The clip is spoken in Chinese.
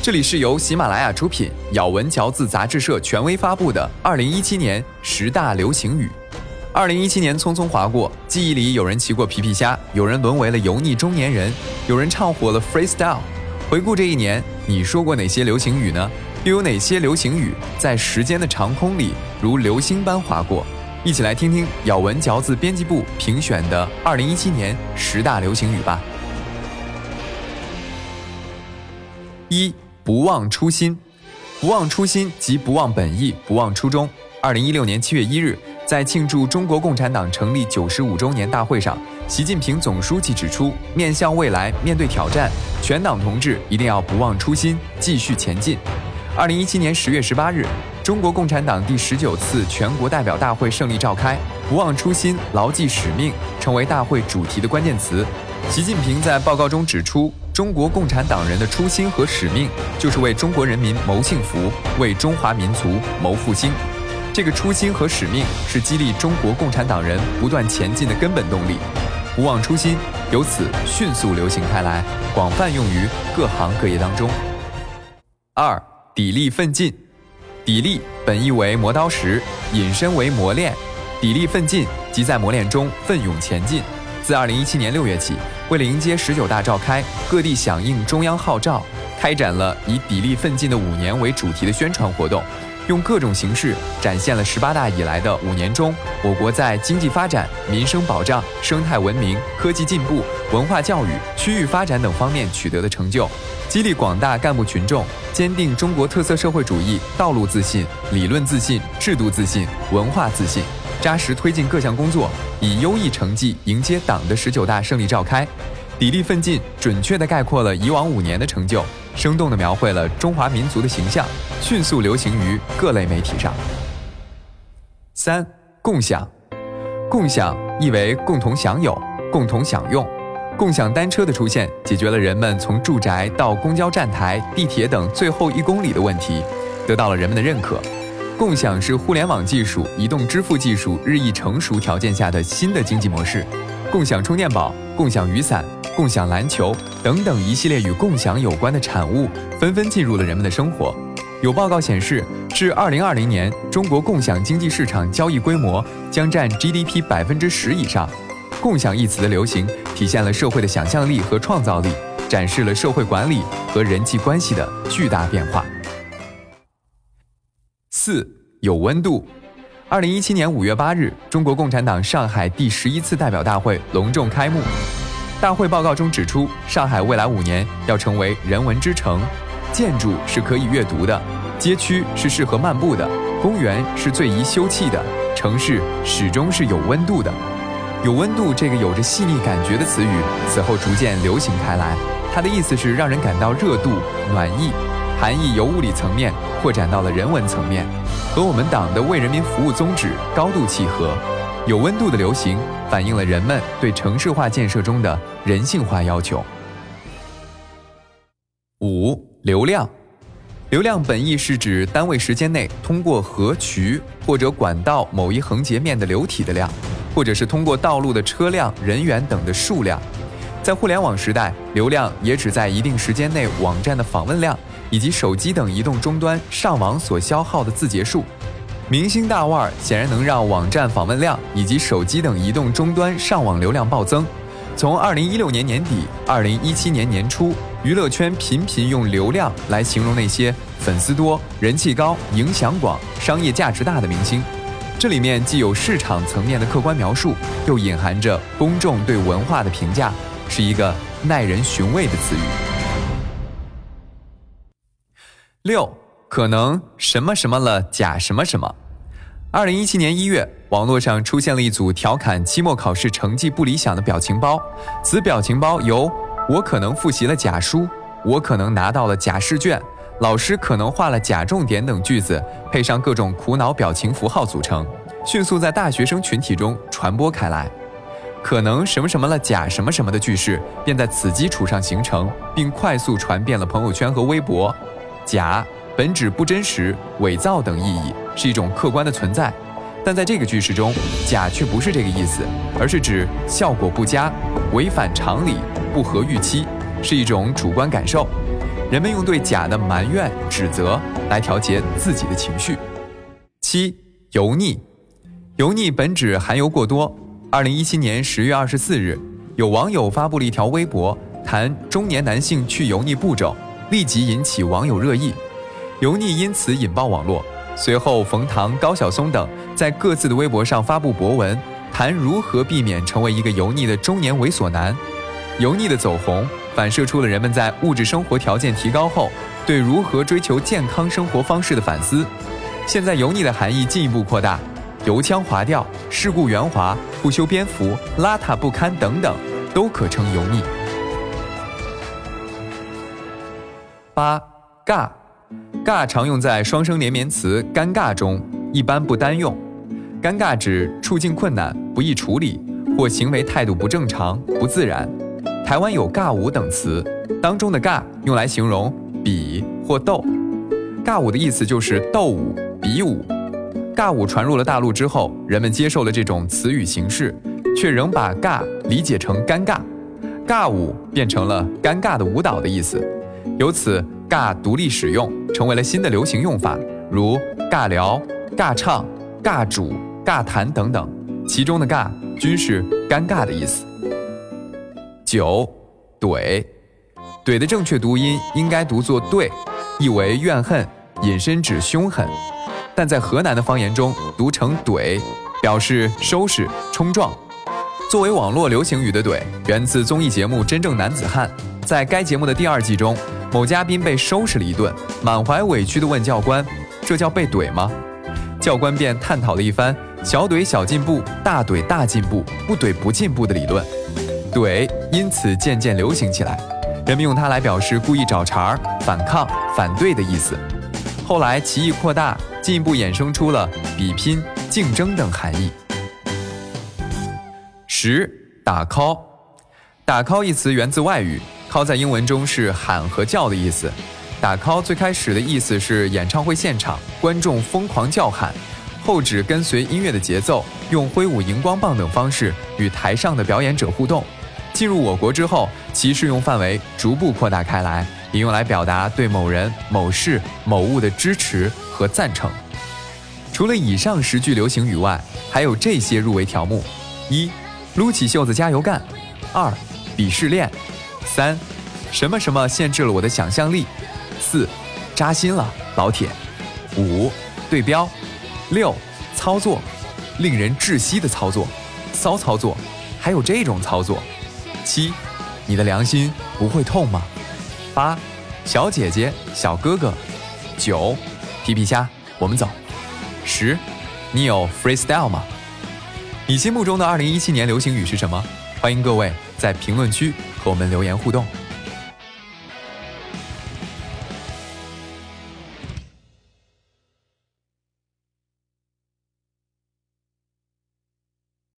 这里是由喜马拉雅出品，咬文嚼字杂志社权威发布的2017年10大流行语。2017年匆匆划过，记忆里有人骑过皮皮虾，有人沦为了油腻中年人，有人唱火了 freestyle。回顾这一年，你说过哪些流行语呢？又有哪些流行语在时间的长空里如流星般划过？一起来听听咬文嚼字编辑部评选的2017年10大流行语吧。1. 不忘初心。不忘初心即不忘本意，不忘初衷。2016年7月1日，在庆祝中国共产党成立95周年大会上，习近平总书记指出，面向未来，面对挑战，全党同志一定要不忘初心，继续前进。2017年10月18日，中国共产党第19次全国代表大会胜利召开，不忘初心，牢记使命成为大会主题的关键词。习近平在报告中指出，中国共产党人的初心和使命就是为中国人民谋幸福，为中华民族谋复兴。这个初心和使命是激励中国共产党人不断前进的根本动力。不忘初心由此迅速流行开来，广泛用于各行各业当中。2. 砥砺奋进。砥砺本意为磨刀石，引申为磨练。砥砺奋进即在磨练中奋勇前进。自2017年6月起，为了迎接19大召开，各地响应中央号召，开展了以砥砺奋进的5年为主题的宣传活动，用各种形式展现了18大以来的5年中，我国在经济发展、民生保障、生态文明、科技进步、文化教育、区域发展等方面取得的成就，激励广大干部群众坚定中国特色社会主义道路自信、理论自信、制度自信、文化自信，扎实推进各项工作，以优异成绩迎接党的19大胜利召开。砥砺奋进准确地概括了以往5年的成就，生动地描绘了中华民族的形象，迅速流行于各类媒体上。3. 共享。共享意为共同享有、共同享用。共享单车的出现，解决了人们从住宅到公交站台、地铁等最后1公里的问题，得到了人们的认可。共享是互联网技术、移动支付技术日益成熟条件下的新的经济模式。共享充电宝、共享雨伞、共享篮球等等一系列与共享有关的产物纷纷进入了人们的生活。有报告显示，至2020年，中国共享经济市场交易规模将占 GDP 10%以上。共享一词的流行，体现了社会的想象力和创造力，展示了社会管理和人际关系的巨大变化。4. 有温度。2017年5月8日，中国共产党上海第11次代表大会隆重开幕。大会报告中指出，上海未来5年要成为人文之城，建筑是可以阅读的，街区是适合漫步的，公园是最宜休憩的，城市始终是有温度的。有温度这个有着细腻感觉的词语，此后逐渐流行开来。它的意思是让人感到热度、暖意，含义由物理层面扩展到了人文层面，和我们党的为人民服务宗旨高度契合。有温度的流行反映了人们对城市化建设中的人性化要求。5. 流量。流量本意是指单位时间内通过河渠或者管道某一横截面的流体的量，或者是通过道路的车辆、人员等的数量。在互联网时代，流量也指在一定时间内网站的访问量以及手机等移动终端上网所消耗的字节数。明星大腕显然能让网站访问量以及手机等移动终端上网流量暴增。从2016年年底、2017年年初，娱乐圈频频用流量来形容那些粉丝多、人气高、影响广、商业价值大的明星。这里面既有市场层面的客观描述，又隐含着公众对文化的评价，是一个耐人寻味的词语。6. 可能什么什么了假什么什么。2017年1月，网络上出现了一组调侃期末考试成绩不理想的表情包。此表情包由我可能复习了假书，我可能拿到了假试卷，老师可能画了假重点等句子，配上各种苦恼表情符号组成，迅速在大学生群体中传播开来。可能什么什么了假什么什么的句式便在此基础上形成，并快速传遍了朋友圈和微博。假本指不真实、伪造等意义，是一种客观的存在，但在这个句式中，假却不是这个意思，而是指效果不佳、违反常理、不合预期，是一种主观感受。 人们用对甲的埋怨、指责来调节自己的情绪。7. 油腻。油腻本指含油过多。2017年10月24日，有网友发布了一条微博，谈中年男性去油腻步骤，立即引起网友热议，油腻因此引爆网络。随后，冯唐、高晓松等在各自的微博上发布博文，谈如何避免成为一个油腻的中年猥琐男。油腻的走红，反射出了人们在物质生活条件提高后，对如何追求健康生活方式的反思。现在油腻的含义进一步扩大，油腔滑调、世故圆滑、不修边幅、邋遢不堪等等，都可称油腻。8. 尬。尬常用在双声连绵词尴尬中，一般不单用。尴尬指处境困难、不易处理，或行为态度不正常、不自然。台湾有尬舞等词，当中的尬用来形容比或斗。尬舞的意思就是斗舞、比舞。尬舞传入了大陆之后，人们接受了这种词语形式，却仍把尬理解成尴尬。尬舞变成了尴尬的舞蹈的意思，由此尬独立使用，成为了新的流行用法，如尬聊、尬唱、尬主、尬谈等等，其中的尬均是尴尬的意思。9. 怼。怼的正确读音应该读作对，意为怨恨，引申指凶狠，但在河南的方言中读成怼，表示收拾、冲撞。作为网络流行语的怼，源自综艺节目《真正男子汉》。在该节目的第2季中，某嘉宾被收拾了一顿，满怀委屈地问教官：“这叫被怼吗？”教官便探讨了一番小怼小进步、大怼大进步、不怼不进步的理论。怼因此渐渐流行起来，人们用它来表示故意找茬、反抗、反对的意思。后来歧义扩大，进一步衍生出了比拼、竞争等含义。10. 打 call。 打 call 一词源自外语，call 在英文中是喊和叫的意思。打 call 最开始的意思是演唱会现场观众疯狂叫喊，后指跟随音乐的节奏，用挥舞荧光棒等方式与台上的表演者互动。进入我国之后，其适用范围逐步扩大开来，也用来表达对某人、某事、某物的支持和赞成。除了以上10句流行语外，还有这些入围条目： 1. 撸起袖子加油干。 2. 鄙视链。 3. 什么什么限制了我的想象力。 4. 扎心了老铁。 5. 对标。 6. 操作，令人窒息的操作，骚操作，还有这种操作。 7. 你的良心不会痛吗？ 8. 小姐姐小哥哥。 9. 皮皮虾我们走。 10. 你有 freestyle 吗？你心目中的2017年流行语是什么？欢迎各位在评论区和我们留言互动。